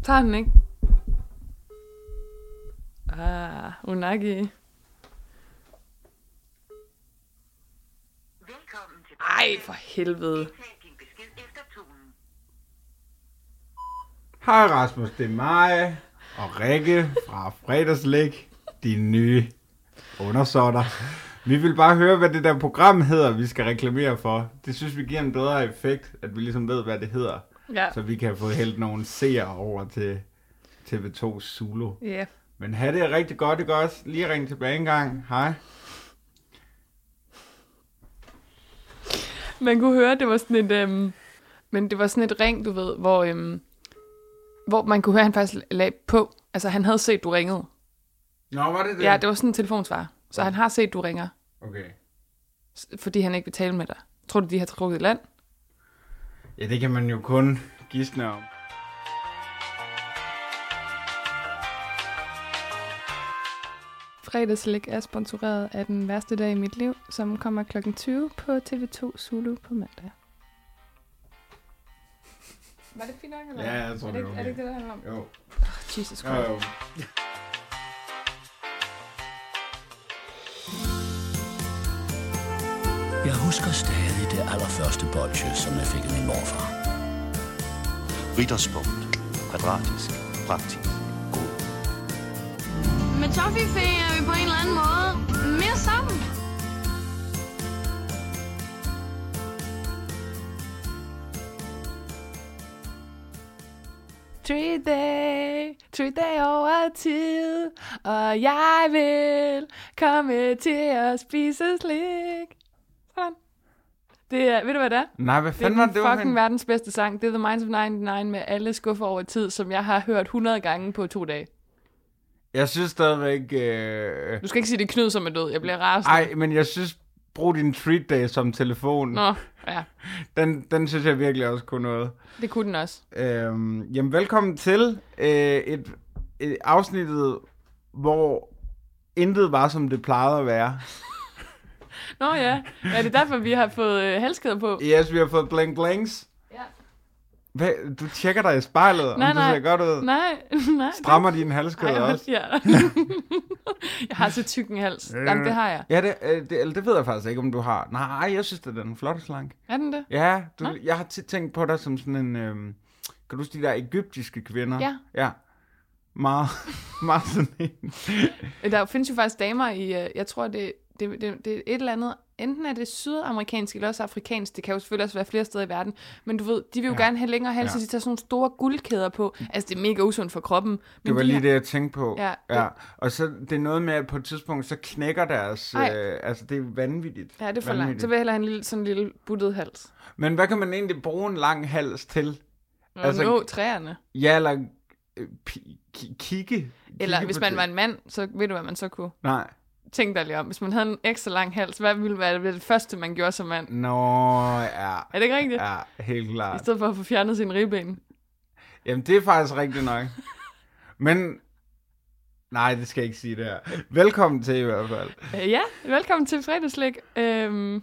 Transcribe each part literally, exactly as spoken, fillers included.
Tager den ikke? Ah, unagi. Velkommen til. Ej, for helvede. Indtal din besked efter tonen. Hej Rasmus, det er mig og Rikke fra Fredagslæg, din nye undersåtter. Vi vil bare høre, hvad det der program hedder, vi skal reklamere for. Det synes vi giver en bedre effekt, at vi ligesom ved, hvad det hedder. Ja. Så vi kan få hældt nogle seere over til T V to Zulu. Ja. Yeah. Men have det rigtig godt, ikke også? Lige ringe tilbage en gang. Hej. Man kunne høre, det var sådan et, øhm, men det var sådan et ring, du ved, hvor, øhm, hvor man kunne høre, at han faktisk lagde på. Altså, han havde set, du ringede. Nå, var det det? Ja, det var sådan en telefonsvar. Så han har set, du ringer, Okay. fordi han ikke vil tale med dig. Tror du, de har trukket i land? Ja, det kan man jo kun gisne om. Fredagslæg er sponsoreret af Den Værste Dag i Mit Liv, som kommer klokken tyve på T V to Zulu på mandag. Var det fint nok, eller? Ja, jeg tror, er det det, var er det ikke det, der handler om? Jo. Oh, Jesus Jo, Christ. jo. Jeg husker stadig det allerførste bolsje, som jeg fik af min morfar. Ritterspunkt. Kvadratisk. Praktisk. God. Med Toffifee er vi på en eller anden måde mere sammen. Three day, three day over tid, og jeg vil komme til at spise slik. Sådan. Det er, ved du hvad det er? Nej, hvad Det er fanden var den det, det var fucking for verdens bedste sang. Det er The Minds of nioghalvfems med alle skuffer over tid, som jeg har hørt hundrede gange på to dage. Jeg synes stadigvæk... Øh... Du skal ikke sige, det er Knud, som er død. Jeg bliver rasende. Ej, men jeg synes, brug din treat day som telefon. Nå, ja. Den, den synes jeg virkelig også kunne noget. Det kunne den også. Øhm, jamen, velkommen til øh, et, et afsnittet, hvor intet var, som det plejede at være. Nå ja, er det derfor, vi har fået øh, halskæder på? Yes, vi har fået blank blanks. Ja. Hvad, du tjekker dig i spejlet, Nej, om du nej. ser godt ud. Nej, nej. Strammer din halskæde Ej, også? Ja. Jeg har så tyk en hals. Jamen, det har jeg. Ja, det, øh, det, eller det ved jeg faktisk ikke, om du har. Nej, jeg synes, det er den flotte slank. Er den det? Ja, du, Nå. jeg har tit tænkt på dig som sådan en... Øhm, kan du huske de der egyptiske kvinder? Ja. Ja. Meget, meget sådan en. Der findes jo faktisk damer i, øh, jeg tror, det, det, det, det er et eller andet, enten er det sydamerikansk eller også afrikansk, det kan jo selvfølgelig også være flere steder i verden, men du ved, de vil jo Ja. gerne have længere hals, så Ja. de tager sådan nogle store guldkæder på. Altså, det er mega usundt for kroppen. Men Det var de lige har- det, jeg tænkte på. Ja, ja. Og så det er noget med, at på et tidspunkt, så knækker deres... Ej. Øh, altså, det er vanvittigt. Ja, det er for langt. Vanvittigt. Så vil jeg hellere have en lille, sådan en lille buttet hals. Men hvad kan man egentlig bruge en lang hals til? Nå, Altså- nå træerne. Ja, eller øh, pi- ki- kigge? Eller Kigge hvis på man det? var en mand, så ved du, hvad man så kunne. Nej. Tænk dig lige om. Hvis man havde en ekstra lang hals, hvad ville være det første, man gjorde som mand? Nå, ja. Er det ikke rigtigt? Ja, helt I klart. stedet for at få fjernet sine ribben. Jamen, det er faktisk rigtigt nok. Men... Nej, det skal jeg ikke sige det her. Velkommen til i hvert fald. Øh, ja, velkommen til fredagslæg. Øhm,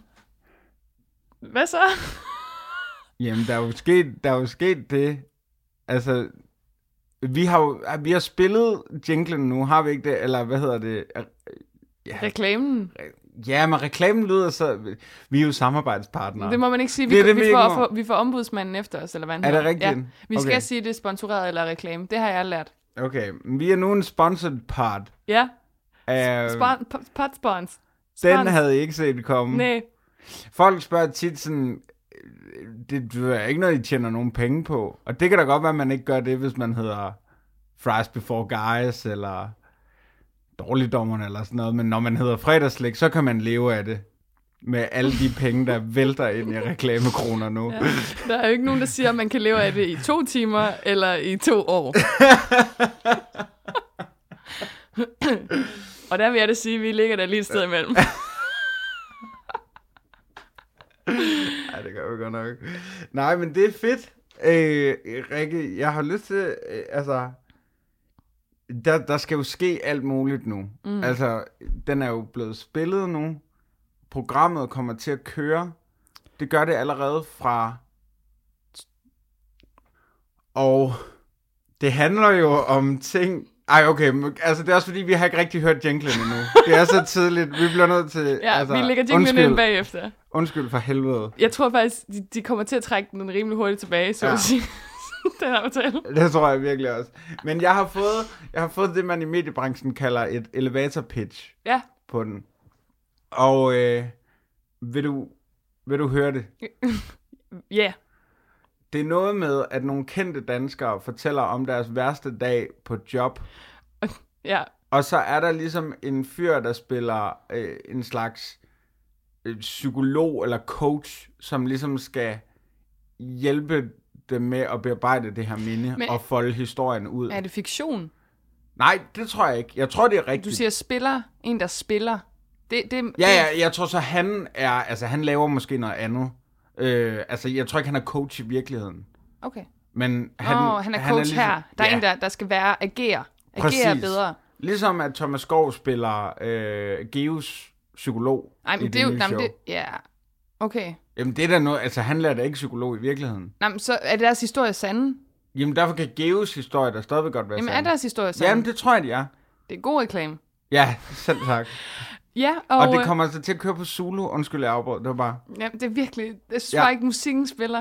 hvad så? Jamen, der er jo sket, der er jo sket det. Altså, vi har jo vi har spillet jinglen nu, har vi ikke det? Eller hvad hedder det? Ja, Reklamen. ja men reklamen lyder så... Vi er jo samarbejdspartnere. Det må man ikke sige. Vi, Det er det, vi, vi får, ikke må. får, vi får ombudsmanden efter os, eller hvad han Er det hedder. rigtigt? Ja, vi skal Okay. sige, det er sponsoreret eller reklame. Det har jeg lært. Okay, vi er nu en sponsored part. Ja, Af, Spon- po- potspons. den Spons. havde I ikke set komme. Nej, Folk spørger tit sådan... Det, det er ikke noget, I tjener nogen penge på. Og det kan da godt være, at man ikke gør det, hvis man hedder Fries Before Guys, eller Dårligdommerne, eller sådan noget. Men når man hedder Fredagslæg, så kan man leve af det. Med alle de penge, der vælter ind i reklamekroner nu. ja. Der er jo ikke nogen, der siger, at man kan leve af det i to timer eller i to år. Og der vil jeg da sige, at vi ligger der lige et sted imellem. Nej, det gør vi godt nok. Nej, men det er fedt. Øh, Rikke, jeg har lyst til, øh, altså, der, der skal jo ske alt muligt nu. Mm. Altså, den er jo blevet spillet nu. Programmet kommer til at køre. Det gør det allerede fra... Og Det handler jo om ting... Ej, okay, altså det er også fordi, vi har ikke rigtig hørt jinglen endnu. Det er så tidligt, vi bliver nødt til... Ja, altså, vi lægger jinglen undskyld, ind bagefter. Undskyld for helvede. Jeg tror faktisk, de, de kommer til at trække den rimelig hurtigt tilbage, så Ja. at sige. Den aftale. Det tror jeg virkelig også. Men jeg har fået, jeg har fået det, man i mediebranchen kalder et elevator pitch Ja. på den. Og øh, vil, du, vil du høre det? Ja. Yeah. Det er noget med, at nogle kendte danskere fortæller om deres værste dag på job. Ja. Og så er der ligesom en fyr, der spiller øh, en slags øh, psykolog eller coach, som ligesom skal hjælpe dem med at bearbejde det her minde Men, og folde historien ud. Er det fiktion? Nej, det tror jeg ikke. Jeg tror, det er rigtigt. Du siger spiller, en der spiller. Det, det, Ja, ja, jeg tror så, han er, altså han laver måske noget andet. Øh, altså, jeg tror ikke, han er coach i virkeligheden. Okay. Men han, Åh, han er han coach er ligesom, her. Der er ja, en, der, der skal være agere. Agere præcis. bedre. Ligesom at Thomas Skov spiller øh, Geos psykolog Nej, i men det, det er jo... nye Nej, show. men det, ja, okay. Jamen, det er da noget... Altså, han lærer da ikke psykolog i virkeligheden. Nej, men så er deres historie sande? Jamen, derfor kan Geos historie da stadigvæk godt være Jamen, er sand. deres historie sande? Jamen, det tror jeg, de er. Det er god reklame. Ja, selv tak. Ja, og... Og, og det kommer altså til at køre på Zulu. Undskyld, jeg afbrød. Det var bare... Ja, det er virkelig... Jeg synes Ja. bare ikke, musikken spiller.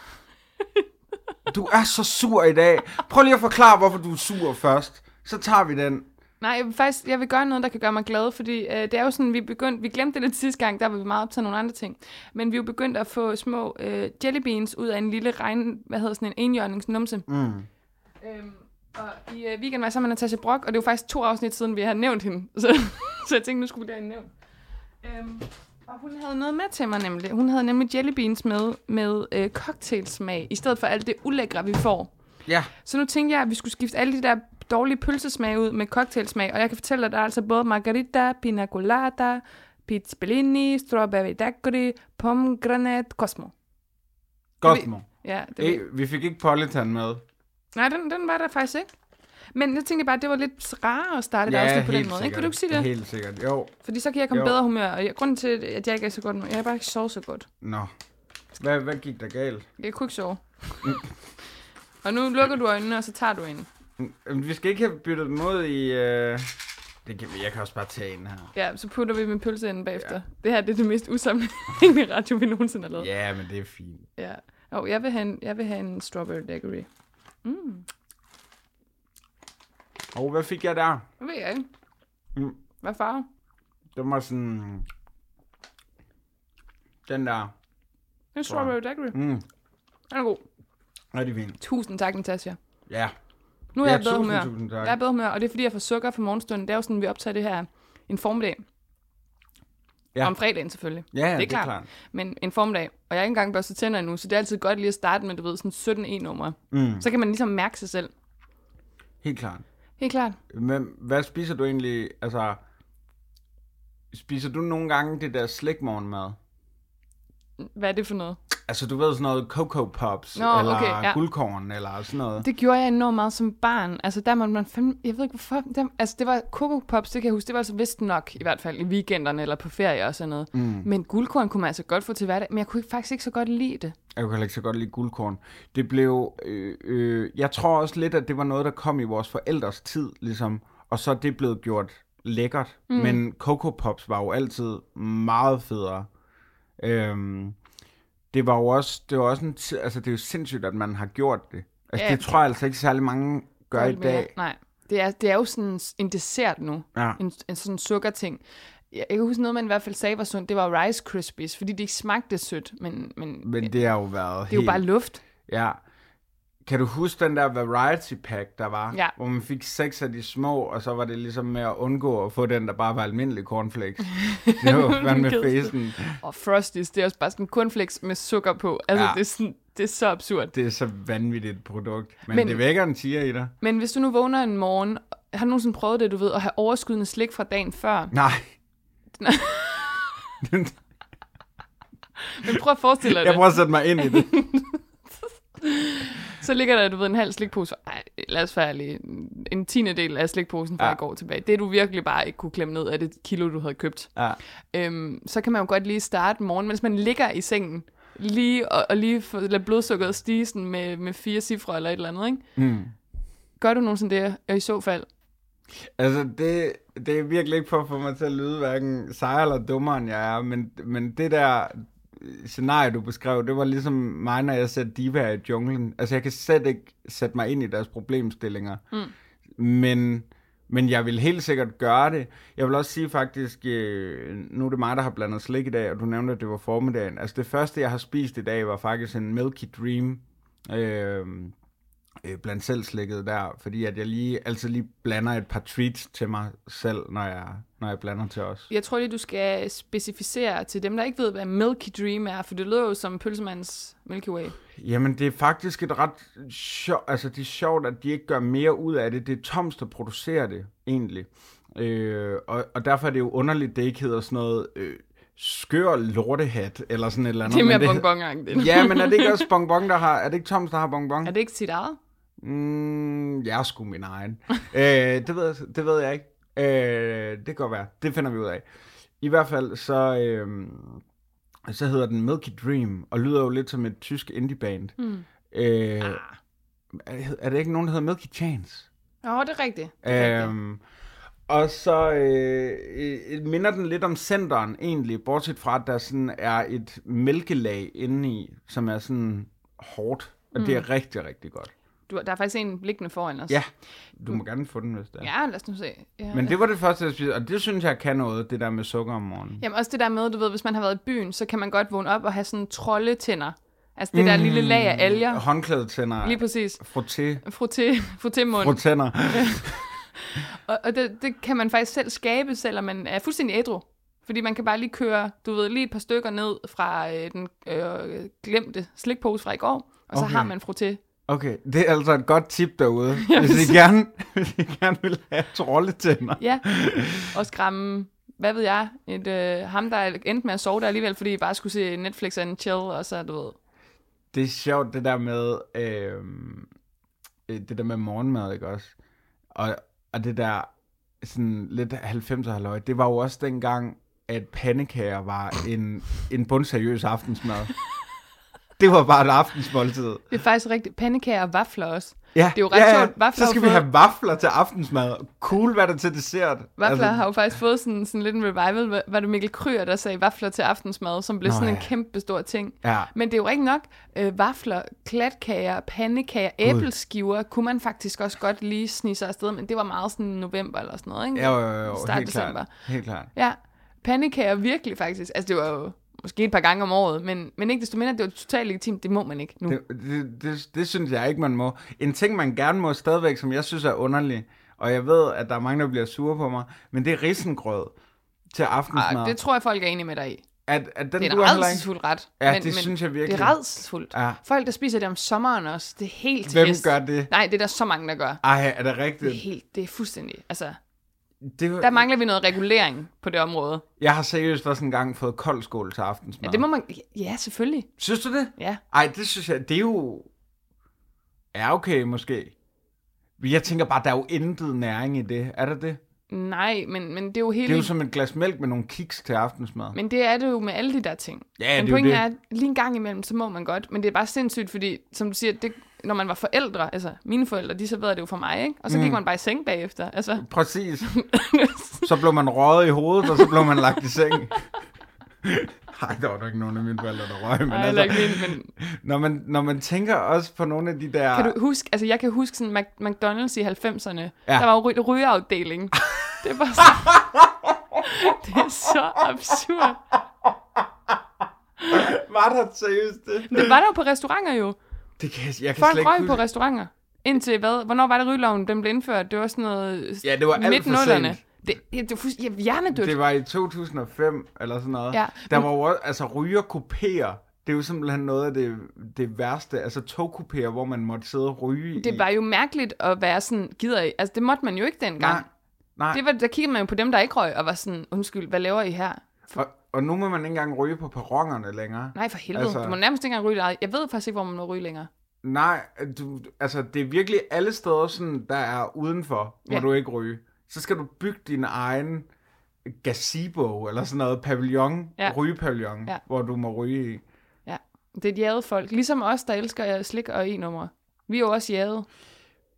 Du er så sur i dag. Prøv lige at forklare, hvorfor du er sur først. Så tager vi den. Nej, jeg vil faktisk jeg vil gøre noget, der kan gøre mig glad, fordi øh, det er jo sådan, vi begyndte, vi glemte det lidt sidste gang, der var vi meget optaget af nogle andre ting, men vi er jo begyndt at få små øh, jellybeans ud af en lille regn, hvad hedder sådan en enhjørningsnumse. Mm. Øhm, og i øh, weekenden var jeg sammen med Natasha Brock, og det var faktisk to afsnit siden, vi har nævnt hende, så, så jeg tænkte, nu skulle vi derinde nævnt. Øhm, og hun havde noget med til mig nemlig. Hun havde nemlig jellybeans med, med øh, cocktailsmag, i stedet for alt det ulækre, vi får. Ja. Så nu tænkte jeg, at vi skulle skifte alle de der dårlige pølsesmag ud med cocktailsmag, og jeg kan fortælle dig, at der er altså både margarita, pina colada, peach bellini, strawberry daiquiri, pomegranate, Cosmo. Cosmo. Ja, det Ej, vi fik ikke Politan med. Nej, den, den var der faktisk ikke. Men jeg tænkte bare, at det var lidt rarere at starte et afsnit på den måde. Ikke? Vil du ikke sige det? Helt sikkert, jo. Fordi så kan jeg komme Jo. bedre humør. Og jeg, grunden til, at jeg ikke er så godt nu, jeg har bare ikke sovet så godt. Nå. Hvad, hvad gik der galt? Jeg kunne ikke sove. Og nu lukker du øjnene, og så tager du en. Mm, Vi skal ikke have byttet dem ud i... Øh... Det kan vi. Jeg kan også bare tage en her. Ja, så putter vi min pølse ind bagefter. Ja. Det her det er det mest usammenhængende radio, vi nogensinde har lavet. Ja, men det er fint. Ja. Og jeg vil have en, jeg vil have en strawberry daiquiri. Mm. Og hvad fik jeg der? Det ved jeg ikke. Mm. Hvad farve? Det var sådan... Den der. En strawberry daiquiri. Mm. Den er god. Rigtig fint. Tusind tak, Natasha. Ja. Nu er Ja, jeg i bedre tusind, humør. tusind tak. Jeg er i bedre humør, og det er fordi, jeg får sukker for morgenstunden. Det er jo sådan, vi optager det her en formiddag. Ja. Om fredagen selvfølgelig. Ja, ja, det er klart. klart. Men en formiddag. Og jeg er ikke engang børstet tænder endnu, så det er altid godt lige at starte med, du ved, sådan sytten e-numre. Mm. Så kan man ligesom mærke sig selv. Helt klart. Helt klart. Men hvad spiser du egentlig? Altså, spiser du nogle gange det der slikmorgenmad? Hvad er det for noget? Altså, du ved sådan noget Cocoa Pops, Nå, eller okay, ja. guldkorn, eller sådan noget. Det gjorde jeg enormt meget som barn. Altså, der måtte man fandme... Jeg ved ikke, hvorfor... Der, altså, det var Coco Pops, det kan jeg huske. Det var altså vist nok, i hvert fald i weekenderne eller på ferie og sådan noget. Mm. Men guldkorn kunne man altså godt få til hverdag. Men jeg kunne faktisk ikke så godt lide det. Jeg kunne heller ikke så godt lide guldkorn. Det blev... Øh, øh, jeg tror også lidt, at det var noget, der kom i vores forældres tid, ligesom. Og så er det blevet gjort lækkert. Mm. Men Cocoa Pops var jo altid meget federe. Øhm, det var jo også... Det var også en tid, altså, det er jo sindssygt, at man har gjort det. Altså, Ja, det tror jeg altså ikke særlig mange gør i Godt mere. dag. Nej. Det er, det er jo sådan en dessert nu. Ja. En, en sådan sukkerting. Jeg, jeg kan huske noget, man i hvert fald sagde var sundt. Det var Rice Krispies, fordi det ikke smagte sødt. Men, men, Men det har jo været det er jo bare luft. Ja. Kan du huske den der variety pack, der var? Ja. Hvor man fik seks af de små, og så var det ligesom med at undgå at få den, der bare var almindelig cornflakes. Det var fandme facen. Og Frosties, det er også bare sådan cornflakes med sukker på. Altså, Ja. det, er sådan, det er så absurd. Det er så vanvittigt et produkt. Men, Men- det vækker en tiger i dig. Men hvis du nu vågner en morgen, har du nogensinde prøvet det, du ved, at have overskydende slik fra dagen før? Nej. Men prøv at forestille dig Jeg det. prøver at sætte mig ind i det. Så ligger der, du ved, en halv slikpose. Ej, lad os være ærlige. En tiende del af slikposen fra Ja. ja. i går tilbage. Det du virkelig bare ikke kunne klemme ned af det kilo, du havde købt. Ja. Øhm, så kan man jo godt lige starte morgen, mens man ligger i sengen. Lige og, og lige få, lade blodsukkeret stige sådan med, med fire cifre eller et eller andet, ikke? Mm. Gør du nogensinde det, og i så fald? Altså, det, det er virkelig ikke for at få mig til at lyde hverken sejere eller dummere, end jeg er, men, men det der scenarie, du beskrev, det var ligesom mig, når jeg sætter divaer i junglen. Altså, jeg kan slet ikke sætte mig ind i deres problemstillinger, mm. men, men jeg vil helt sikkert gøre det. Jeg vil også sige faktisk, øh, nu er det mig, der har blandet slik i dag, og du nævnte, at det var formiddagen. Altså, det første, jeg har spist i dag, var faktisk en Milky Dream, øh, blandt selv slikket der, fordi at jeg lige altid lige blander et par treats til mig selv, når jeg, når jeg blander til os. Jeg tror lige, du skal specificere til dem, der ikke ved, hvad Milky Dream er, for det lyder jo som pølsemands Milky Way. Jamen, det er faktisk et ret sjovt, altså det er sjovt, at de ikke gør mere ud af det. Det er Toms, der producerer det, egentlig. Øh, og, og derfor er det jo underligt, det ikke hedder sådan noget øh, skør lortehat, eller sådan et eller andet. Det er mere det, bonbon-agtigt. Ja, men er det ikke også bonbon, der har, er det ikke Toms, der har bonbon? Er det ikke sit eget? Mm, jeg er sgu min egen. øh, det, ved, det ved jeg ikke. Øh, det kan godt være. Det finder vi ud af. I hvert fald, så, øh, så hedder den Milky Dream, og lyder jo lidt som et tysk indieband. Mm. Øh, ah. er, er det ikke nogen, der hedder Milky Chance? Åh, oh, det er rigtigt. Det er øh, rigtigt. Og så øh, minder den lidt om centeren egentlig, bortset fra, at der sådan er et mælkelag indeni, som er sådan hårdt, og mm. det er rigtig, rigtig godt. Du, der er faktisk en liggende foran os. Ja, du må gerne få den, hvis det er. Ja, lad os nu se. Ja, Men det var det første, jeg spiste, og det synes jeg kan noget, det der med sukker om morgenen. Jamen også det der med, du ved, hvis man har været i byen, så kan man godt vågne op og have sådan troldetænder. Altså det der mm, lille lag af alger. Håndklædetænder. Lige præcis. Frotté. Frotté. Frotté-mund. Frotænder. og og det, det kan man faktisk selv skabe, selvom man er fuldstændig ædru. Fordi man kan bare lige køre, du ved, lige et par stykker ned fra øh, den øh, glemte slikpose fra i går, og så okay. har man frotté. Okay, det er altså et godt tip derude, hvis I gerne, hvis I gerne vil have trolletænder. Ja, og skræmme, hvad ved jeg, et, øh, ham der endte med at sove der alligevel, fordi I bare skulle se Netflix and chill, og så, du ved. Det er sjovt, det der med, øh, det der med morgenmad, ikke også? Og, og det der sådan lidt halvfemser halløj, det var jo også dengang, at pandekager var en, en bundseriøs aftensmad. Det var bare et aftensmåltid. Det er faktisk rigtigt. Pandekager og vafler også. Ja, det er jo ret ja, ja. sjovt. Vafler så skal vi have vafler til aftensmad. Cool, hvad der til dessert. Vafler altså... har jo faktisk fået sådan, sådan lidt en revival. Var det Mikkel Kryger, der sagde vafler til aftensmad, som blev Nå, sådan ja. en kæmpe stor ting. Ja. Men det er jo ikke nok. Øh, vafler, klatkager, pandekager, æbleskiver, kunne man faktisk også godt lige snige sig afsted. Men det var meget sådan november eller sådan noget, ikke? Jo, jo, jo. Start Helt december. klart. Helt klart. Ja, pandekager virkelig faktisk. Altså det var jo... Måske et par gange om året, men, men ikke desto mindre, det var totalt legitimt. Det må man ikke nu. Det, det, det, det synes jeg ikke, man må. En ting, man gerne må stadigvæk, som jeg synes er underlig, og jeg ved, at der er mange, der bliver sure på mig, men det er risengrød til aftensmad. Ej, det tror jeg, folk er enige med dig i. At, at den, det er en rædselsfuld ret. Ja, men, det men synes jeg virkelig. Det er rædselsfuldt. Ja. Folk, der spiser det om sommeren også, det er helt Hvem trist. gør det? Nej, det er der så mange, der gør. Ej, er det rigtigt? Det er, helt, det er fuldstændig, altså... Det var... Der mangler vi noget regulering på det område. Jeg har seriøst også engang fået koldskål til aftensmad. Ja, det må man... Ja, selvfølgelig. Synes du det? Ja. Ej, det synes jeg, det er jo... Er okay, måske. Jeg tænker bare, der er jo intet næring i det. Er der det? Nej, men, men det er jo helt... Det er jo som et glas mælk med nogle kiks til aftensmad. Men det er det jo med alle de der ting. Ja, men det er jo det. er, at lige en gang imellem, så må man godt. Men det er bare sindssygt, fordi, som du siger, det, når man var forældre, altså mine forældre, de serverede det jo for mig, ikke? Og så gik mm. man bare i seng bagefter. Altså. Præcis. Så blev man røget i hovedet, og så blev man lagt i seng. Nej, der var der ikke nogen af mine forældre, der røg. Men Ej, altså, min, men... når, man, når man tænker også på nogle af de der... Kan du huske, altså jeg kan huske sådan Mac- McDonald's i halvfemserne. Ja. Der var jo ry- rygeafdeling. Det var så... det er så absurd. Var der seriøst det? Det var der jo på restauranter jo. Det kan jeg, jeg kan Folk slet ikke røg på restauranter. Indtil hvad? Hvornår var det rygeloven, den blev indført? Det var sådan noget... Ja, det var alt for sent. Det, det, det var ja, hjernedødt. Det var i to tusind og fem, eller sådan noget. Ja, der men... var jo altså rygerkupéer. Det er jo simpelthen noget af det, det værste. Altså togkupéer, hvor man måtte sidde og ryge Det i. var jo mærkeligt at være sådan, gider I? Altså, det måtte man jo ikke dengang. Nej, nej. Det var, der kiggede man jo på dem, der ikke røg, og var sådan, undskyld, hvad laver I her? For... Og, og nu må man ikke engang ryge på perronerne længere. Nej, for helvede. Altså... Du må nærmest ikke engang ryge der. Jeg ved faktisk ikke, hvor man må ryge længere. Nej, du, altså det er virkelig alle steder, sådan, der er udenfor, hvor ja. du ikke ryge. Så skal du bygge din egen gazebo, eller sådan noget pavillon, ja. rygepavillon, ja. hvor du må ryge i. Ja, det er et jaget folk. Ligesom os, der elsker slik og e-numre. Vi er jo også jaget.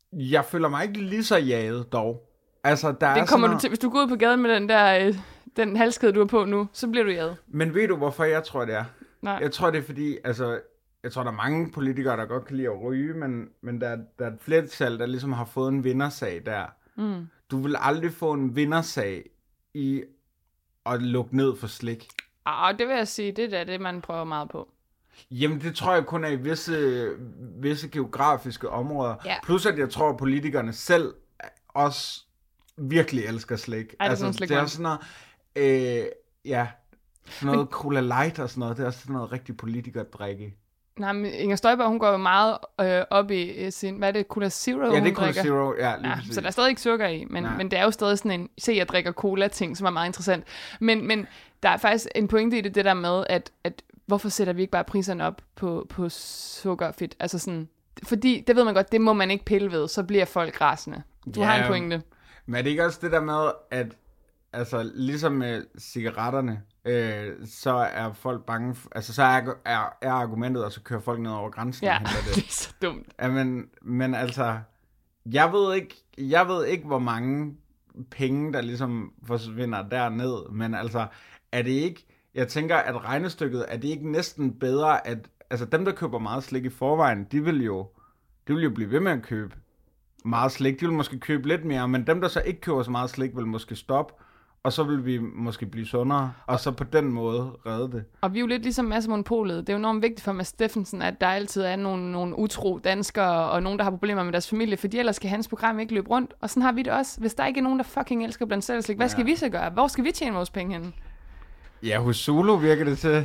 Jeg føler mig ikke lige så jaget dog. Altså, der Det er kommer sådan du til. Hvis du går ud på gaden med den der øh, den halskæde, du har på nu, så bliver du jaget. Men ved du, hvorfor jeg tror, det er? Nej. Jeg tror, det er fordi, altså, jeg tror, der er mange politikere, der godt kan lide at ryge, men, men der, der er et flertal, der ligesom har fået en vindersag der. Mm. Du vil aldrig få en vindersag i at lukke ned for slik. Ah, det vil jeg sige, det er da det, man prøver meget på. Jamen, det tror jeg kun er i visse, visse geografiske områder. Ja. Plus, at jeg tror, at politikerne selv også virkelig elsker slik. Ej, det er sådan slik, det er man. sådan noget, øh, ja, sådan noget men... Cola Light og sådan noget. Det er også sådan noget rigtig politikerdrikke. Nej, men Inger Støjberg, hun går jo meget øh, op i øh, sin, hvad er det, Cola Zero, Ja, det hun er Cola drikker? Zero, ja, lige Ja, præcis. så der er stadig ikke sukker i, men, men det er jo stadig sådan en, se, jeg drikker cola-ting, som er meget interessant. Men, men der er faktisk en pointe i det, det der med, at, at hvorfor sætter vi ikke bare priserne op på, på sukker og fedt? Altså sådan, fordi, det ved man godt, det må man ikke pille ved, så bliver folk rasende. Du Ja, har en pointe. Men er det ikke også det der med, at altså, ligesom med cigaretterne, øh, så er folk bange, f- altså så er, er, er argumentet, og så kører folk ned over grænsen Ja, og henter det. det er så dumt. Ja, men, men altså, jeg ved ikke, jeg ved ikke, hvor mange penge, der ligesom forsvinder derned, men altså, er det ikke, jeg tænker, at regnestykket, er det ikke næsten bedre, at, altså dem, der køber meget slik i forvejen, de vil jo, de vil jo blive ved med at købe meget slik, de vil måske købe lidt mere, men dem, der så ikke køber så meget slik, vil måske stoppe, og så vil vi måske blive sundere, og så på den måde redde det. Og vi er jo lidt ligesom Mads Monopolet. Det er jo enormt vigtigt for Mads Steffensen, at der altid er nogle, nogle utro danskere, og nogen, der har problemer med deres familie, fordi ellers skal hans program ikke løbe rundt. Og sådan har vi det også. Hvis der ikke er nogen, der fucking elsker blandt selv slik, hvad Ja. skal vi så gøre? Hvor skal vi tjene vores penge henne? Ja, hos Zulu virker det til.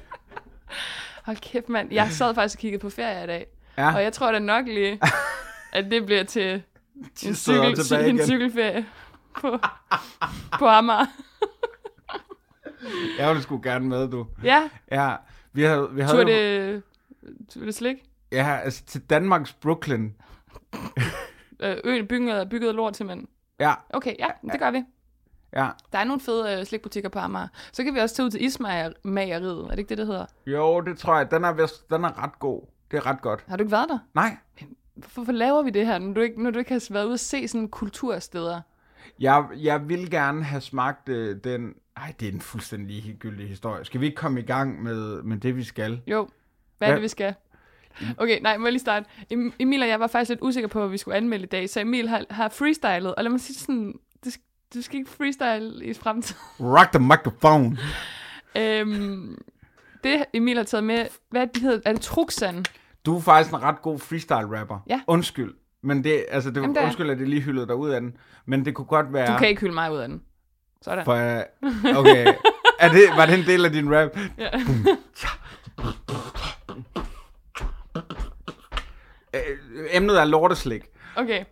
Hold kæft, mand. Jeg sad faktisk og kiggede på ferie i dag. Ja. Og jeg tror da nok lige, at det bliver til en, sidder cykel, tilbage en igen. cykelferie på, på Amager. Jeg ville sgu gerne med, du. Ja, Ja, vi havde, vi havde tur jo- det, tur det slik. Ja, altså til Danmarks Brooklyn. Øh, Øen bygget, bygget lort simpelthen. Ja, Okay, ja, det gør vi. ja. Der er nogle fede øh, slikbutikker på Amager. Så kan vi også tage ud til Ismageriet. Er det ikke det, det hedder? Jo, det tror jeg. Den er, vist, den er ret god. Det er ret godt. Har du ikke været der? Nej, Hvorfor, hvorfor laver vi det her, når du ikke, når du ikke har været ude og se sådan kultursteder? jeg, jeg vil gerne have smagt øh, den... Ej, det er en fuldstændig ligegyldig historie. Skal vi ikke komme i gang med, med det, vi skal? Jo, hvad er Hvad? det, vi skal? Okay, nej, må jeg lige starte. Em- Emil og jeg var faktisk lidt usikre på, hvad vi skulle anmelde i dag, så Emil har, har freestylet, og lad mig sige sådan, du, du skal ikke freestyle i fremtiden. Rock the microphone. øhm, det Emil har taget med, hvad er det, de hedder? Er det Truxan? Du er faktisk en ret god freestyle-rapper. Ja. Undskyld. Men det, altså, det, Jamen, det er- undskyld, at det lige hyldede dig ud af den. Men det kunne godt være... Du kan ikke hylde mig ud af den. Sådan. For, øh, okay. Er det, var det en del af din rap? Ja. Øh, emnet er lorteslik. Okay.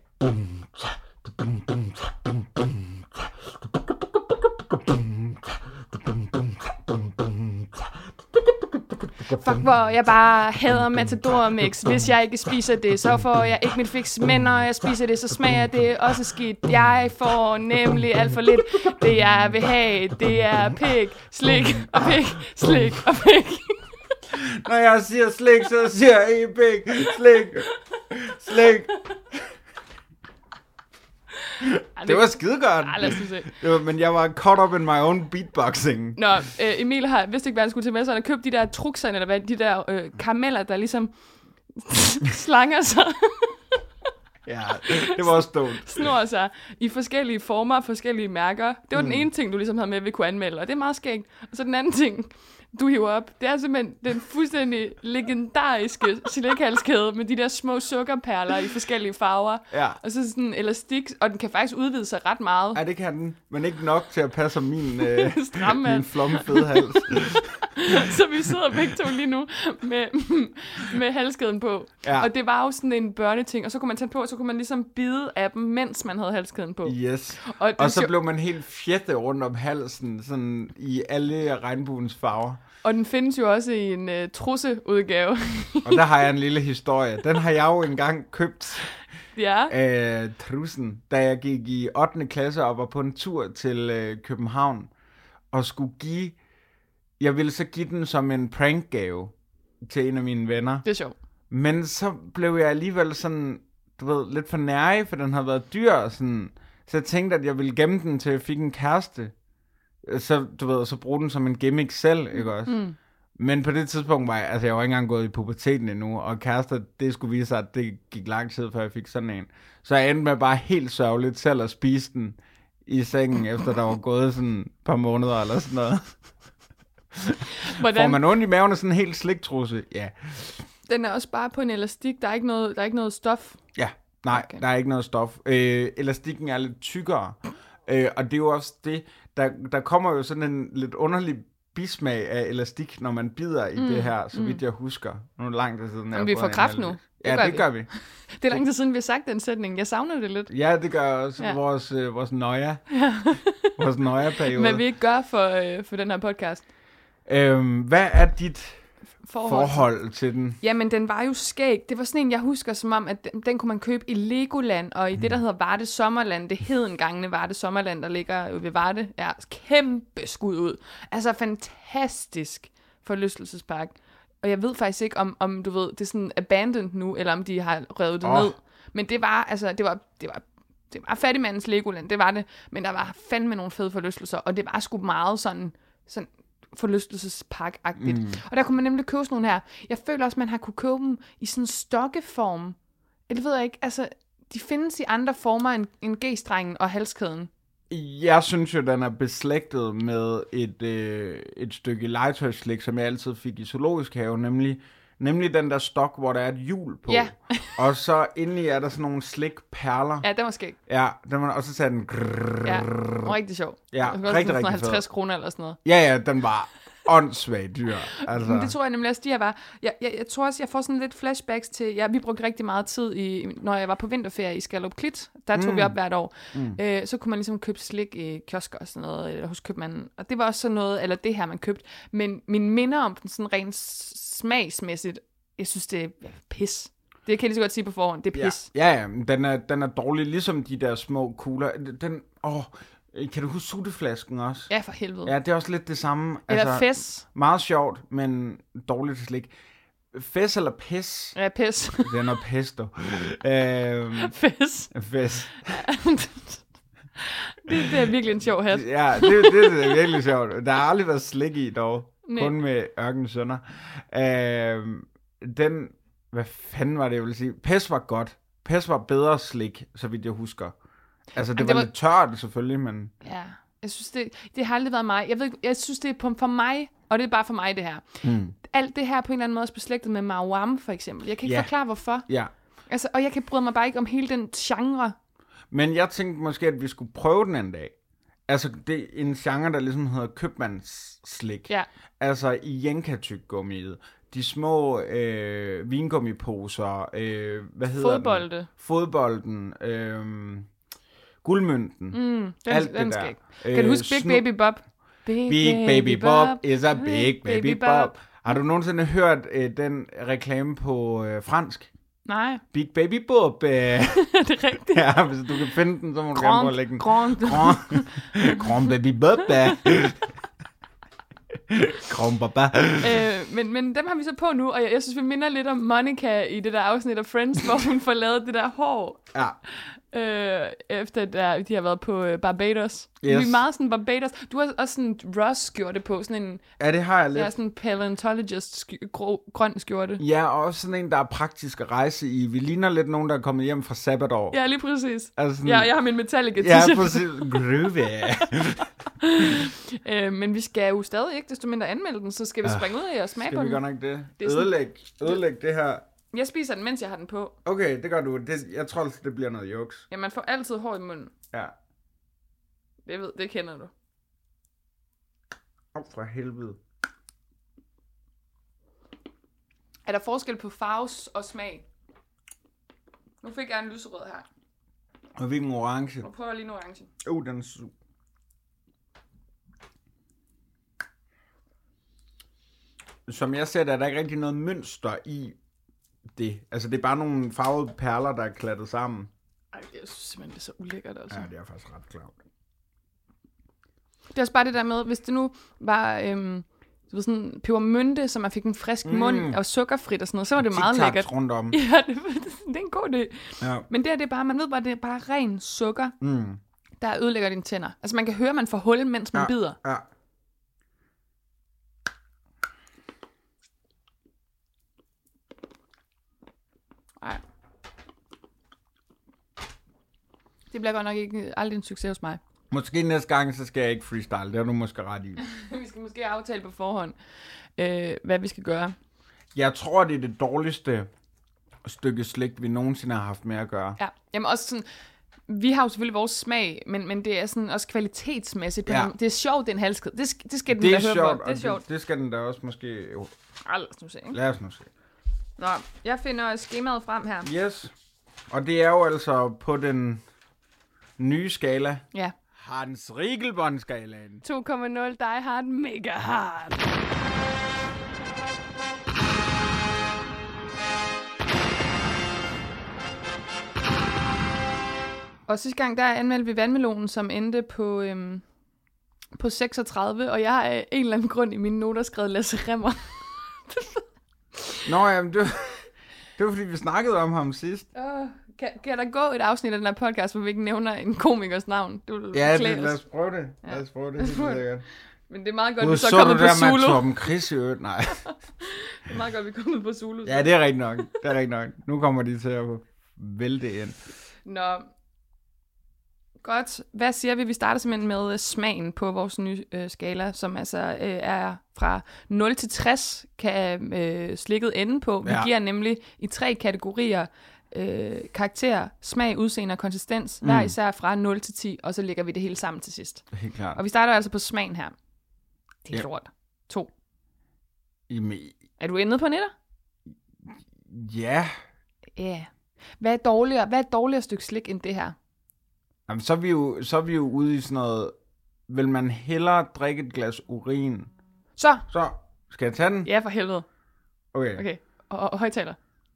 Fuck, hvor jeg bare hader Matador Mix. Hvis jeg ikke spiser det, så får jeg ikke mit fix. Men når jeg spiser det, så smager det også skidt. Jeg får nemlig alt for lidt. Det jeg vil have, det er pik, slik og pik, slik og pik. Når jeg siger slik, så siger jeg pik, slik, slik. Det var skidegodt. Ej, lad os nu se. Det var, men jeg var caught up in my own beatboxing. Nå, øh, Emil har vidste ikke, hvad han skulle til med, så han har købt de der truxerne, eller hvad, de der øh, karameller, der ligesom slanger sig, Ja, det var også dumt. snor sig i forskellige former og forskellige mærker. Det var mm. den ene ting, du ligesom havde med, vi kunne anmelde, og det er meget skægt. Og så den anden ting, du hiver op, det er simpelthen den fuldstændig legendariske slikhalskæde med de der små sukkerperler i forskellige farver. Ja. Og så sådan en elastik, og den kan faktisk udvide sig ret meget. Ja, det kan den, men ikke nok til at passe min, øh, Stram, mand. min flommefede hals. Så vi sidder begge to lige nu med, med halskæden på. Ja. Og det var jo sådan en børneting, og så kunne man tage den på, og så kunne man ligesom bide af dem, mens man havde halskæden på. Yes. Og, Og så blev man helt fjette rundt om halsen, sådan i alle regnbuens farver. og den findes jo også i en uh, trusseudgave. Og der har jeg en lille historie. Den har jeg jo engang købt. Ja. Øh, trussen, da jeg gik i ottende klasse og var på en tur til øh, København og skulle give, jeg ville så give den som en prankgave til en af mine venner. Det er sjovt. Men så blev jeg alligevel sådan, du ved, lidt for nærig, for den havde været dyr. Og sådan. Så jeg tænkte, at jeg ville gemme den, til jeg fik en kæreste. Så, du ved, så bruge den som en gimmick selv, ikke også? Mm. Men på det tidspunkt var jeg, altså jeg var ikke engang gået i puberteten endnu, og kærester, det skulle vise sig, at det gik lang tid, før jeg fik sådan en. Så jeg endte med bare helt sørgeligt selv at spise den i sengen, efter der var gået sådan et par måneder eller sådan noget. Hvordan? Får man ondt i maven af sådan en helt sliktrusse? Ja. Den er også bare på en elastik, der er ikke noget, der er ikke noget stof? Ja, nej, okay. Der er ikke noget stof. Øh, elastikken er lidt tykkere, øh, og det er jo også det, der, der kommer jo sådan en lidt underlig bismag af elastik, når man bider i mm. det her, så vidt jeg husker. Nu er det lang tid siden. Men vi får kraft nu. Det ja, gør det vi. gør vi. Det er lang tid siden, vi har sagt den sætning. Jeg savner det lidt. Ja, det gør også ja. vores, øh, vores nøje. Ja. vores nøje-periode. Hvad vi ikke gør for, øh, for den her podcast. Øhm, hvad er dit forhold, forhold til den? Jamen, den var jo skæg. Det var sådan en, jeg husker som om, at den, den kunne man købe i Legoland, og i mm. det, der hedder Varde Sommerland. Det hedengangende Varde Sommerland, der ligger ved Varde. Ja, kæmpe skud ud. Altså, fantastisk forlystelsespark. Og jeg ved faktisk ikke, om, om du ved, det er sådan abandoned nu, eller om de har revet det oh. ned. Men det var, altså, det var, det var, det var fattigmandens Legoland, det var det. Men der var fandme nogle fede forlystelser, og det var sgu meget sådan, sådan forlystelsespark-agtigt. Mm. Og der kunne man nemlig købe sådan nogle her. Jeg føler også, man har kunne købe dem i sådan en stokkeform. Eller ved jeg ikke, altså, de findes i andre former end, end G-strengen og halskæden. Jeg synes jo, den er beslægtet med et, øh, et stykke legetøjsslik, som jeg altid fik i zoologisk have, nemlig, nemlig den der stok, hvor der er et hjul på. Ja. Og så indeni er der sådan nogle slikperler. Ja, den var skæg. Ja, den var, og så sagde den... Grrrr. Ja, rigtig sjov. Ja, rigtig, rigtig halvtreds kroner eller sådan noget. Ja, ja, den var åndssvagt dyr. Altså. Det tror jeg nemlig også, de her var. Jeg, jeg, jeg tror også, jeg får sådan lidt flashbacks til... Ja, vi brugte rigtig meget tid, i, når jeg var på vinterferie i Skallerup Klit. Der tog mm. vi op hvert år. Mm. Øh, så kunne man ligesom købe slik i kiosker og sådan noget, eller hos købmanden. Og det var også sådan noget, eller det her, man købte. Men mine minder om den sådan rent smagsmæssigt, jeg synes, det er pis. Det kan jeg lige så godt sige på forhånd. Det er pis. Ja, ja, ja, den er, den er dårlig, ligesom de der små kugler. Den, åh, kan du huske sutteflasken også? Ja, for helvede. Ja, det er også lidt det samme. Eller altså, fes. Meget sjovt, men dårligt slik. Fes eller pis? Ja, pis. Det er noget pesto. øhm, fes. Fes. det, det er virkelig en sjov hat. Ja, det, det, det er virkelig sjovt. Der har aldrig været slik i dog. Nej. Kun med ørkensønner. Øhm, den... Hvad fanden var det, jeg ville sige? Pes var godt. Pes var bedre slik, så vidt jeg husker. Altså, det, det var, var lidt tørt selvfølgelig, men... Ja, jeg synes, det, det har aldrig været mig. Jeg, ved, jeg synes, det er på, for mig, og det er bare for mig, det her. Mm. Alt det her på en eller anden måde er beslægtet med Mawam, for eksempel. Jeg kan ikke ja. forklare, hvorfor. Ja. Altså, og jeg kan bryde mig bare ikke om hele den genre. Men jeg tænkte måske, at vi skulle prøve den en dag. Altså, det er en genre, der ligesom hedder købmandsslik. Ja. Altså, i Jenka-tyggegummiet. De små øh, vingummiposer, øh, hvad hedder Fodbolde. den? Fodbolden. Øh, guldmønten. Mm, den, alt den det der. Kan øh, du huske Big Baby Bob? Big, Big Baby Bob is a big baby, baby Bob. Bob. Har du nogensinde hørt øh, den reklame på øh, fransk? Nej. Big Baby Bob. Øh. Det er rigtigt. Ja, hvis du kan finde den, så må du Grand, gerne prøve at lægge den. Grand. Grand, Grand Baby Bob. øh, men, men dem har vi så på nu, og jeg, jeg synes, vi minder lidt om Monica i det der afsnit af Friends, hvor hun får lavet det der hår. Ja. Øh, efter der, de har været på uh, Barbados. Yes. Vi er meget sådan Barbados. Du har også sådan Ross skjorte på, sådan en... Ja, det har jeg lidt. Ja, sådan en paleontologist sk- grå, grøn skjorte. Ja, og også sådan en, der er praktisk at rejse i. Vi ligner lidt nogen, der er kommet hjem fra sabbatår. Ja, lige præcis. Altså sådan... Ja, jeg har min Metallica t-shirt. Ja, præcis. Groovy. øh, men vi skal jo stadig ikke desto mindre anmelde den, så skal vi springe ud af og smage på den. Skal vi godt nok det? det Ødelæg, sådan... Ødelæg det her. Jeg spiser den, mens jeg har den på. Okay, det gør du. Det, jeg tror, det bliver noget juks. Ja, man får altid hår i munden. Ja. Det ved, det kender du. Åh, oh, for helvede. Er der forskel på farves og smag? Nu fik jeg en lyserød her. Og vi en orange. Nu prøver jeg lige en orange. Uh, den er su- Som jeg ser det, er der ikke rigtig noget mønster i det. Altså, det er bare nogle farvede perler, der er klattet sammen. Ej, jeg synes simpelthen, det er så ulækkert, altså. Ja, det er faktisk ret klart. Det er også bare det der med, hvis det nu var øhm, du ved, sådan pebermynte, så man fik en frisk Mm. mund, og sukkerfrit og sådan noget, så var det meget lækkert. rundt om. Ja, det, det er en god idé. Ja. Men det her, det er bare, man ved bare, det er bare ren sukker, Mm. der ødelægger dine tænder. Altså man kan høre, man får hul, mens man Ja. bider. Ja. Nej. Det bliver godt nok ikke aldrig en succes hos mig. Måske næste gang, så skal jeg ikke freestyle. Det har du måske ret i. Vi skal måske aftale på forhånd, øh, hvad vi skal gøre. Jeg tror, det er det dårligste stykke slik, vi nogensinde har haft med at gøre. Ja, jamen også sådan, vi har jo selvfølgelig vores smag, men, men det er sådan også kvalitetsmæssigt. Ja. Det er sjovt, det er en halskæd. Det, sk- det skal den Det er da høre sjovt, på. og Det er sjovt. det, det skal den da også måske... Ej, lad os nu se, ikke? Lad os nu se. Nå, jeg finder skemaet frem her. Yes. Og det er jo altså på den nye skala. Ja. Hans Riegelbånd-skalaen. to komma nul Die Hard Mega Hard. Og sidste gang, der anmeldte vi vandmelonen, som endte på, øhm, på seksogtredive, og jeg har af en eller anden grund i mine noter skrevet Lasse Remmer. Nå, jamen, det, det var fordi, vi snakkede om ham sidst. Oh, kan, kan der gå et afsnit af den her podcast, hvor vi ikke nævner en komikers navn? Du vil Ja, klæde det, lad os. os prøve det. Ja. Lad os prøve det. Lad os Helt prøve det. sikkert. Men det er meget godt, Nu vi så så er du kommet det på der med Zulu. Torben Chris i øvrigt. Nej. Det er meget godt, vi er kommet på Zulu. Ja, det er rigtigt nok. Det er rigtigt nok. Nu kommer de til at vælte ind. Nå. Godt. Hvad siger vi? Vi starter simpelthen med øh, smagen på vores nye øh, skala, som altså øh, er fra nul til tres, kan øh, slikket ende på. Vi Ja. giver nemlig i tre kategorier øh, karakter, smag, udseende og konsistens, hver Mm. især fra nul til ti, og så lægger vi det hele sammen til sidst. Helt klart. Og vi starter altså på smagen her. Det er Ja. lort. To. Jamen, Er du endet på en etter? ja. Ja. Yeah. Hvad er dårligere, hvad er et dårligere stykke slik end det her? Jamen, så er vi jo, så er vi jo ude i sådan noget... Vil man hellere drikke et glas urin? Så. Så, skal jeg tage den? Ja, for helvede. Okay. Okay. Og, og, og højtaler.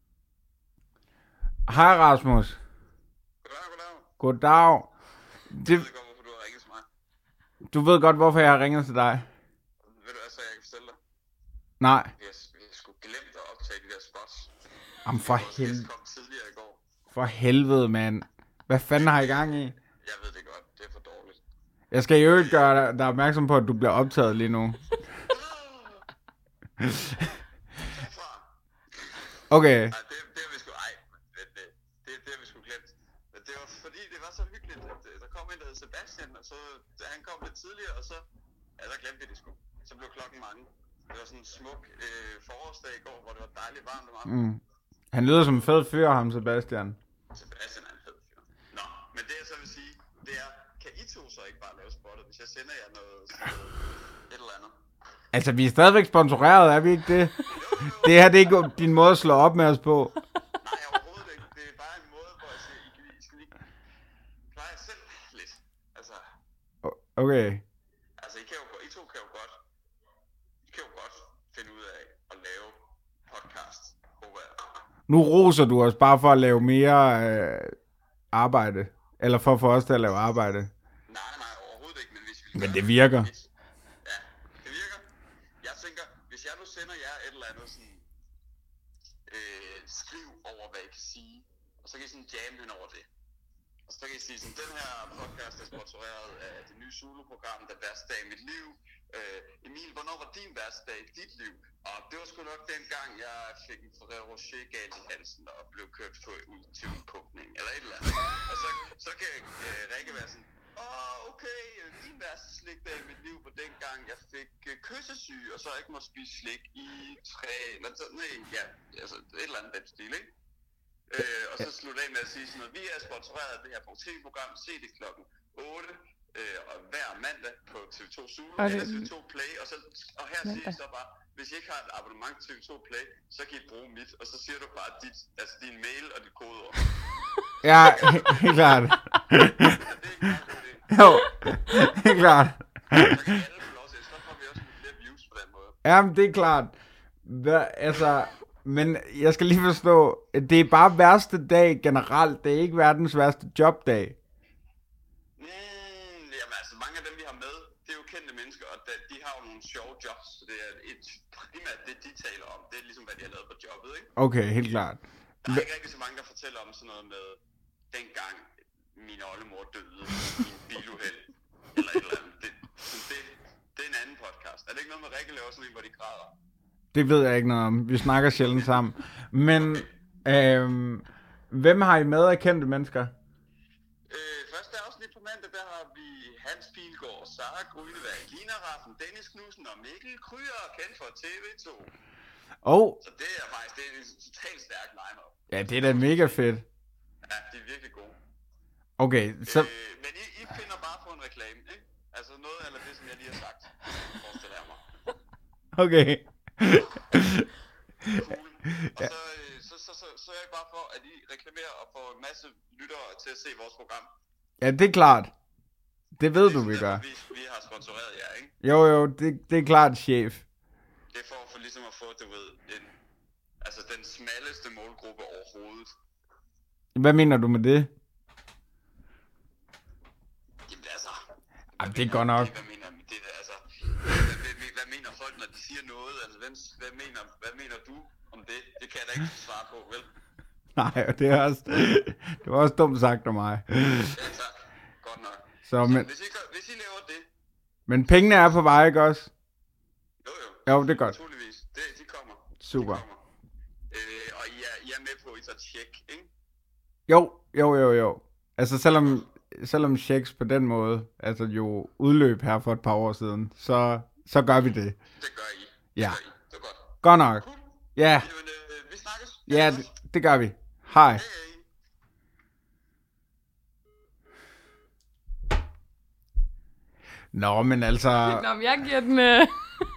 Hej, Rasmus. Goddag, goddag. Goddag. Det, Jeg ved godt, hvorfor du har ringet til mig. du ved godt, hvorfor jeg har ringet til dig. Ved du hvad, så jeg kan fortælle dig? Nej. Vi har, vi har sgu glemt at optage de der spots. Jamen, for Vores helvede. gæst kom tidligere i går. For helvede, mand. Hvad fanden har I gang i? Jeg ved det godt, det er for dårligt. Jeg skal jo ikke gøre dig, dig opmærksom på, at du bliver optaget lige nu. Hvorfra? Okay. Nej, det, det har vi sgu... Ej, det, det, det, det har vi sgu glemt. Men det var fordi, det var så hyggeligt, at øh, der kom en, der hed Sebastian, og så da han kom lidt tidligere, og så... Ja, der glemte vi det sgu. Så blev klokken mange. Det var sådan en smuk øh, forårsdag i går, hvor det var dejligt varmt om aftenen. Mm. Han lyder som en fed fyr, ham Sebastian. Sebastian er en fed fyr. Nå, men det jeg så vil sige, det er, kan I to så ikke bare lave spottet, hvis jeg sender jer noget, noget et eller andet? Altså, vi er stadigvæk sponsoreret, er vi ikke det? Det her, det er ikke din måde at slå op med os på. Nej, overhovedet ikke. Det er bare en måde, hvor jeg siger, I, kan- I skal lige klare jer selv lidt. Altså, O- Okay. altså I, kan jo, I to kan jo godt, I kan jo godt finde ud af at lave podcast, håber jeg. Nu roser du os bare for at lave mere øh, arbejde. Eller for at få os til at lave arbejde. Nej, nej, overhovedet ikke, men hvis vi Men gør det virker. Ja, det virker. Jeg tænker, hvis jeg nu sender jer et eller andet sådan, øh, skriv over, hvad I kan sige, og så kan I sådan jamme hen over det. Og så kan I sige sådan, den her podcast er sponsoreret af det nye Zulu-program, Der Værste Dag i Mit Liv. Øh, Emil, hvornår var din værste dag i dit liv? Og det var sgu nok dengang, jeg fik en Ferrero Rocher galt i halsen og blev kørt for, ud til udpumpning, eller et eller andet. Og så, så kan øh, Rikke være sådan, åh, oh, okay, min værste slikdag i mit liv var dengang, jeg fik øh, kyssesyge, og så ikke må spise slik i tre, eller så, nej, ja, altså et eller andet den stil, ikke? Øh, og så slutte af med at sige sådan noget, vi er sponsoreret af det her T V-program, se det klokken otte, øh, og hver mandag på T V to Zulu, Og eller det- T V to Play, og, så, og her Mandag. siger I så bare, hvis I ikke har et abonnement til T V to Play, så kan I bruge mit, og så siger du bare dit, altså din mail og dit kodeord. Ja, he- helt klart. Ja, det er ikke meget god idé. Jo, helt klart. Så kan alle få lov til, så får vi også nogle flere views på den måde. Jamen, det er klart. Hvad, altså, men jeg skal lige forstå, det er bare værste dag generelt. Det er ikke verdens værste jobdag. Mm, jamen altså, mange af dem vi har med, det er jo kendte mennesker, og da- de har jo nogle nogle sjove jobs, så det er et, primært det, de taler om. Det er ligesom, hvad de har lavet på jobbet, ikke? Okay, helt klart. Der er ikke rigtig så mange, der fortæller om sådan noget med, dengang min oldemor døde i en biluheld, eller et eller andet. Det, det, det er en anden podcast. Er det ikke noget med Rikke laver sådan en, hvor de græder? Det ved jeg ikke noget om. Vi snakker sjældent sammen. Men øhm, hvem har I med af kendte mennesker? Øh, første afsnit på mandag, der har vi Hans Pilgaard, Sara Grønevær, Gina Raffen, Dennis Knudsen og Mikkel Kryger, kendt for T V to. Oh. Så det er faktisk det er en totalt stærk line-up. Ja, det er da mega fedt. Ja, det er virkelig gode. Okay, så... Øh, men I, I finder bare på en reklame, ikke? Altså noget eller det, som jeg lige har sagt. Forestiller jeg mig. Okay. Cool. Og så, øh, så, så, så, så er jeg bare for, at I reklamerer og får en masse lyttere til at se vores program. Ja, det er klart. Det ved du, vi gør. Vi, vi har sponsoreret jer, ikke? Jo, jo, det, det er klart, chef. Det er for, for ligesom at få, du ved, en, altså den smalleste målgruppe overhovedet. Hvad mener du med det? Jamen altså... Jamen, det er godt nok. Hvad mener, det, altså, hvad, hvad, hvad mener folk, når de siger noget? Altså, hvad, hvad, mener, hvad mener du om det? Det kan jeg da ikke svare på, vel? Nej, og det er også... Det var også dumt sagt af mig. Ja, tak. Godt nok. Så, men, hvis, I, gør- hvis I laver det... men pengene er på vej, ikke også? Jo, jo. Jo, det er godt. Naturligvis. Det, de kommer. Super. De kommer. Øh, og I er, I er med på, at I tager tjek, ikke? Jo, jo, jo, jo. Altså, selvom, selvom checks på den måde, altså jo udløb her for et par år siden, så, så gør vi det. Det gør I. Det Ja. gør I. Det er godt. Godt nok. Cool. Ja, Jamen, øh, vi snakkes. ja, det, det gør vi. Hej. Hej. Nå, men altså... Nå, men jeg giver den... Øh...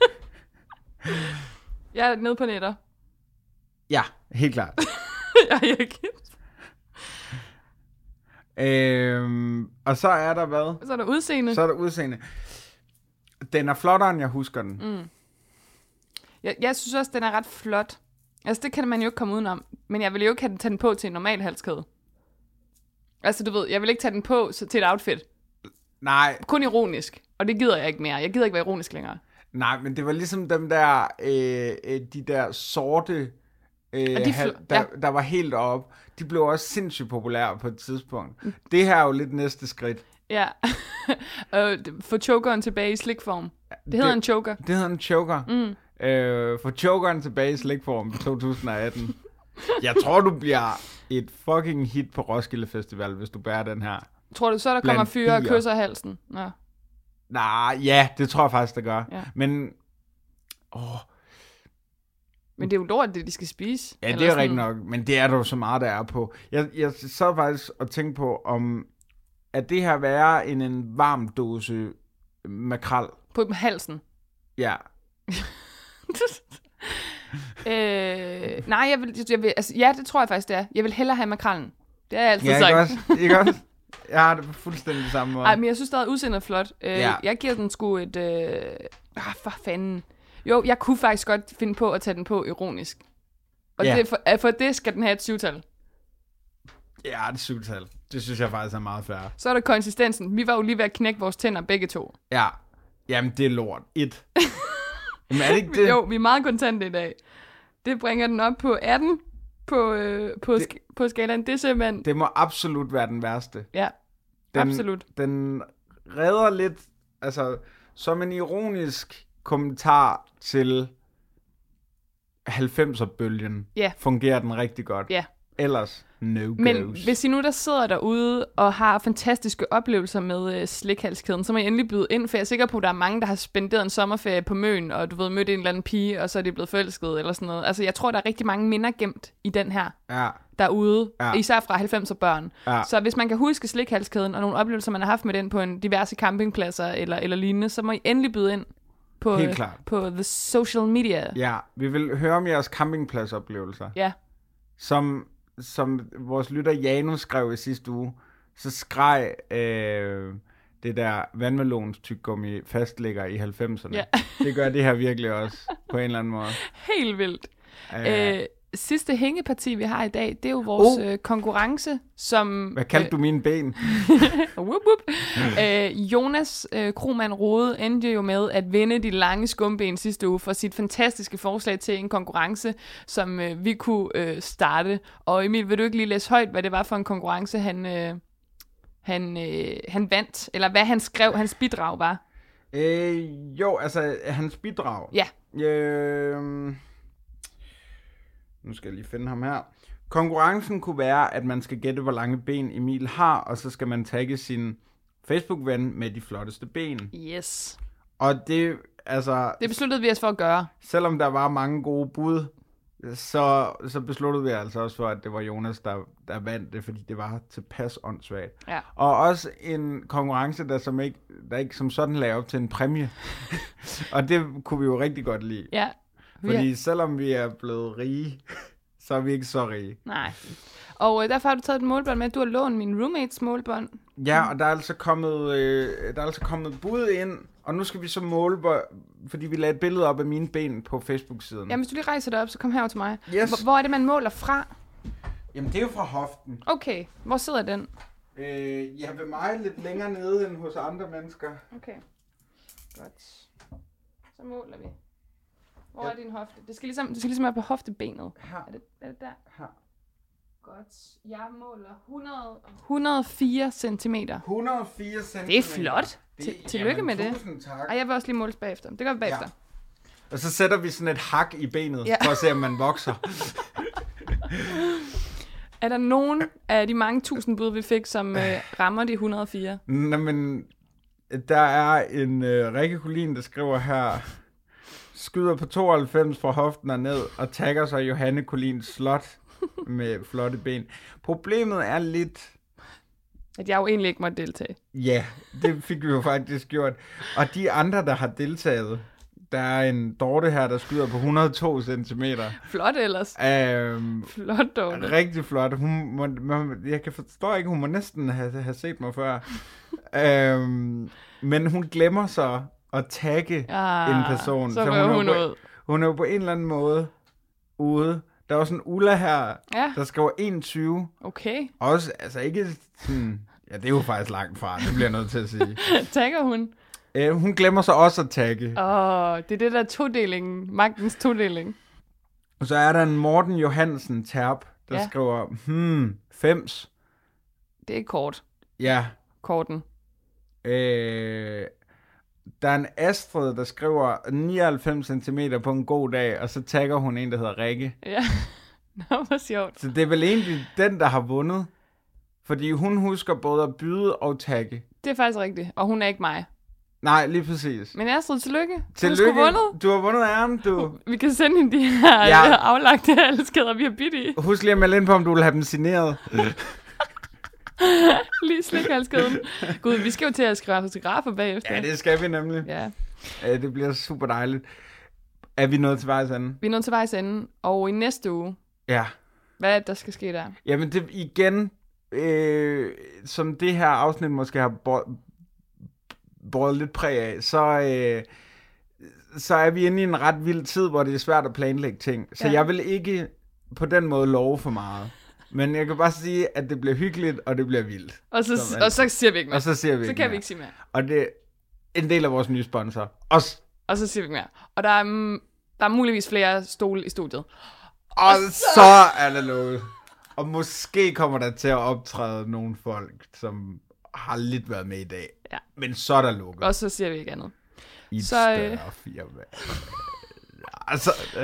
jeg er nede på netter. Ja, helt klart. jeg er ikke. Øhm, og så er der hvad? Så er der udseende. Så er der udseende. Den er flottere, end jeg husker den. Mm. Jeg, jeg synes også, den er ret flot. Altså, det kan man jo ikke komme udenom. Men jeg vil jo ikke have den, tage den på til en normal halskæde. Altså, du ved, jeg vil ikke tage den på så, til et outfit. Nej, Kun ironisk. Og det gider jeg ikke mere. Jeg gider ikke være ironisk længere. nej, men det var ligesom dem der, øh, øh, de der sorte, øh, Og de fl- hal- der, ja. der var helt op. De blev også sindssygt populære på et tidspunkt. Det her er jo lidt næste skridt. Ja. Og få chokeren tilbage i slikform. Det hedder det, en choker. Det hedder en choker. Mm. Øh, få chokeren tilbage i slikform i to tusind atten. Jeg tror, du bliver et fucking hit på Roskilde Festival, hvis du bærer den her. Tror du så, der Blandt kommer fyre og bier. kysser halsen? Nå. Nej, ja, det tror jeg faktisk, det gør. Ja. Men, åh, Men det er jo lort, det de skal spise. ja, Eller det er sådan- rigtigt nok, men det er der jo så meget, der er på. Jeg, jeg sad faktisk og tænkte på, om at det her værre end en varm dose makrel. På halsen. Ja, øh, nej, jeg vil, jeg vil, altså, ja, det tror jeg faktisk, det er. Jeg vil hellere have makrallen. Det har jeg altid ja sagt. ikke også? Ikke også? Jeg har det på fuldstændig det samme måde. Ej, men jeg synes stadig, udseendet er flot. Øh, Ja. Jeg giver den sgu et... Øh... Ah, for fanden. Jo, jeg kunne faktisk godt finde på at tage den på ironisk. Og Ja. det, for, for det skal den have et syvtal. Ja, det er syvtal. Det synes jeg faktisk er meget fair. Så er der konsistensen. Vi var jo lige ved at knække vores tænder begge to. Ja, jamen det er lort. Et. Jamen er det ikke det? Jo, vi er meget kontante i dag. Det bringer den op på atten på, øh, på, Det- sk- på skalaen. Det er simpelthen... Det må absolut være den værste. Ja, Den, absolut. Den redder lidt, altså som en ironisk kommentar til halvfemser-bølgen, Ja. fungerer den rigtig godt. Ja. Ellers, no Men goes. hvis I nu der sidder derude og har fantastiske oplevelser med øh, slikhalskæden, så må I endelig byde ind, for jeg er sikker på, at der er mange, der har spenderet en sommerferie på Møn, og du ved, mødt en eller anden pige, og så er de blevet forelsket, eller sådan noget. Altså, jeg tror, der er rigtig mange minder gemt i den her Ja, derude, Ja. ja. især fra halvfemser børn. Ja. Så hvis man kan huske slikhalskæden, og nogle oplevelser, man har haft med den på en diverse campingpladser, eller, eller lignende, så må I endelig byde ind på, Helt øh, klart. på the social media. ja, vi vil høre om jeres campingpladsoplevelser. Ja. Som, som vores lytter Janus skrev i sidste uge, så skreg øh, det der vandmelons tyggegummi fastligger i halvfemserne. Ja. Det gør det her virkelig også, på en eller anden måde. Helt vildt. Øh, Øh, sidste hængeparti, vi har i dag, det er jo vores Oh. øh, konkurrence, som... Hvad kaldte du mine ben? Whoop, whoop. Øh, Jonas øh, Krohmann Rode endte jo med at vinde de lange skumben sidste uge for sit fantastiske forslag til en konkurrence, som øh, vi kunne øh, starte. Og Emil, vil du ikke lige læse højt, hvad det var for en konkurrence, han, øh, han, øh, han vandt? Eller hvad han skrev, hans bidrag var? Øh, jo, altså, hans bidrag. Ja. Øh, nu skal jeg lige finde ham her. Konkurrencen kunne være, at man skal gætte, hvor lange ben Emil har, og så skal man tagge sin Facebook-ven med de flotteste ben. Yes. Og det, altså... Det besluttede vi os for at gøre. Selvom der var mange gode bud, så, så besluttede vi altså også for, at det var Jonas, der, der vandt det, fordi det var tilpas åndssvagt. Ja. Og også en konkurrence, der, som ikke, der ikke som sådan lagde op til en præmie. Og det kunne vi jo rigtig godt lide. Ja. Fordi selvom vi er blevet rige, så er vi ikke så rige. Nej. Og øh, derfor har du taget et målbånd med. Du har lånt min roommates målbånd. Ja, og der er altså kommet, øh, der er altså kommet bud ind, og nu skal vi så måle, hvor, fordi vi lagde et billede op af mine ben på Facebook-siden. Jamen, hvis du lige rejser dig op, så kom herover til mig. Yes. Hvor, hvor er det, man måler fra? Jamen, det er jo fra hoften. Okay, hvor sidder den? Øh, ja, ved mig lidt længere nede end hos andre mennesker. Okay, godt. Så måler vi. Hvor Ja. er din hofte? Det skal ligesom, det skal ligesom være på hoftebenet. Her. Er det, er det der? Her. Godt. Jeg måler hundrede, hundrede og fire centimeter. hundrede og fire centimeter. Det er flot. Til- tillykke med det. Tusind tak. Og jeg vil også lige måles bagefter. Det gør vi bagefter. Ja. Og så sætter vi sådan et hak i benet, Ja. ja. for at se, om man vokser. Er der nogen af de mange tusind bud, vi fik, som øh, rammer de hundrede og fire? Nå, men der er en øh, Rikke Collin, der skriver her, skyder på tooghalvfems fra hoften og ned, og tagger sig Johanne Collins slot med flotte ben. Problemet er lidt... At jeg jo egentlig ikke måtte deltage. Ja, det fik vi jo faktisk gjort. Og de andre, der har deltaget, der er en Dorte her, der skyder på hundrede og to centimeter. Flot ellers. Øhm, Flot, Dorte. rigtig flot. Hun må, man, jeg kan forstå ikke, hun må næsten have, have set mig før. øhm, men hun glemmer så at tagge Ah, en person. så hun, røver er hun på, ud. hun er jo på en eller anden måde ude. Der er også en Ulla her, Ja. der skriver enogtyve. Okay. Også, altså ikke sådan... Ja, det er jo faktisk langt fra, det bliver jeg nødt til at sige. Tagger hun? Øh, hun glemmer så også at tagge. Åh, oh, det er det der todelingen. Magtens todeling. Og så er der en Morten Johansen Terp, der Ja. ja. skriver, hmm, fems. Det er kort. Ja. Korten. Øh, der er en Astrid, der skriver nioghalvfems centimeter på en god dag, og så tagger hun en, der hedder Rikke. Ja. Nå, hvor sjovt. Så det er vel egentlig den, der har vundet. Fordi hun husker både at byde og tagge. Det er faktisk rigtigt. Og hun er ikke mig. Nej, lige præcis. Men Astrid, tillykke. Du har Tillykke, sgu vundet. du har vundet æren, du. Vi kan sende hende de her Ja. ja. aflagte halskæder, vi har bidt i. Husk lige at melde ind på, om du vil have dem signeret. Lige slikhalskæden. Gud, vi skal jo til at skrive autografer bagefter. Ja, det skal vi nemlig. Ja. Ja, det bliver super dejligt. Er vi nået til vejs ende? Vi er nået til vejs ende, og i næste uge, Ja. hvad er det, der skal ske der? Jamen det igen, øh, som det her afsnit måske har båret, båret lidt præg af, så, øh, så er vi inde i en ret vild tid, hvor det er svært at planlægge ting. Så Ja. jeg vil ikke på den måde love for meget. Men jeg kan bare sige, at det bliver hyggeligt, og det bliver vildt. Og så, Som og så siger vi ikke mere. Og så siger vi så ikke kan mere. vi ikke sige mere. Og det er en del af vores nye sponsor. Også. Og så siger vi ikke mere. Og der er, mm, der er muligvis flere stole i studiet. Og så er det lukket. Og måske kommer der til at optræde nogle folk, som har lidt været med i dag. Ja. Men så er der lukket. Og så siger vi ikke andet. I et så, større øh, firma. Altså, øh,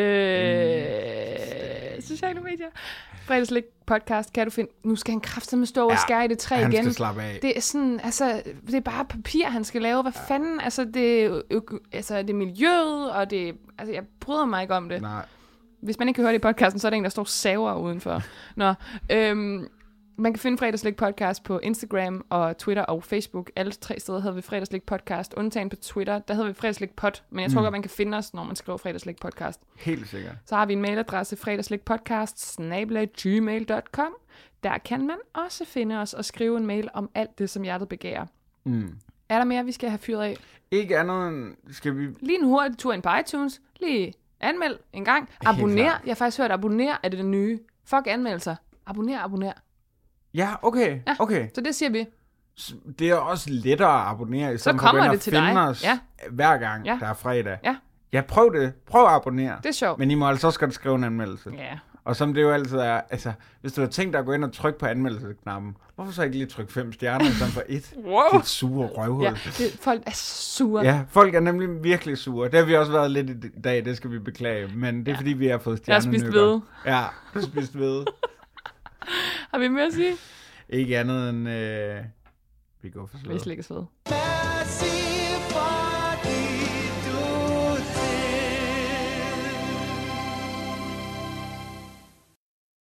Øh, sociale medier. Fredagslik podcast kan du finde. Nu skal han kraftedeme stå og Ja, skære i det træ han igen. skal slappe af. Det er sådan, altså, det er bare papir, han skal lave. Hvad fanden? Altså, det er, ø- altså, det er miljøet, og det altså, jeg bryder mig ikke om det. Nej. Hvis man ikke kan høre det i podcasten, så er der en, der står saver udenfor. Nå, øhm, man kan finde Fredagslik podcast på Instagram og Twitter og Facebook. Alle tre steder hedder vi Fredagslik podcast. Undtagen på Twitter, der hedder vi Fredagslik pod. Men jeg tror Mm. godt, man kan finde os, når man skriver Fredagslik podcast. Helt sikkert. Så har vi en mailadresse, fredagslikpodcast snabel-a gmail punktum com. Der kan man også finde os og skrive en mail om alt det, som hjertet begærer. Mm. Er der mere, vi skal have fyret af? Ikke andet end, skal vi... Lige en hurtig tur ind på iTunes. Lige Anmeld en gang. Abonner. klart. Jeg har faktisk hørt, abonner er det den nye. Fuck anmeldelser. Abonner, abonner. Ja, okay, Ja. okay. Så det siger vi. S- Det er også lettere at abonnere, i stedet for at kommer gå ind det og til finde dig. os Ja. hver gang, Ja. der er fredag. Ja. Ja, prøv det. Prøv at abonnere. Det er sjovt. Men I må altså også godt skrive en anmeldelse. Ja. Og som det jo altid er, altså, hvis du har tænkt dig at gå ind og trykke på anmeldelsesknappen, hvorfor så ikke lige trykke fem stjerner i stedet for et? Wow. Det er et sure røvhul. Ja, det, folk er sure. Ja, folk er nemlig virkelig sure. Det har vi også været lidt i dag, det skal vi beklage. Men det er ja. fordi, vi har fået Jeg har stjernenykker. spist ved. Ja, du har spist ved. Har vi mere at sige? Ikke andet end, øh, vi går for Vi slået. slikkes ved.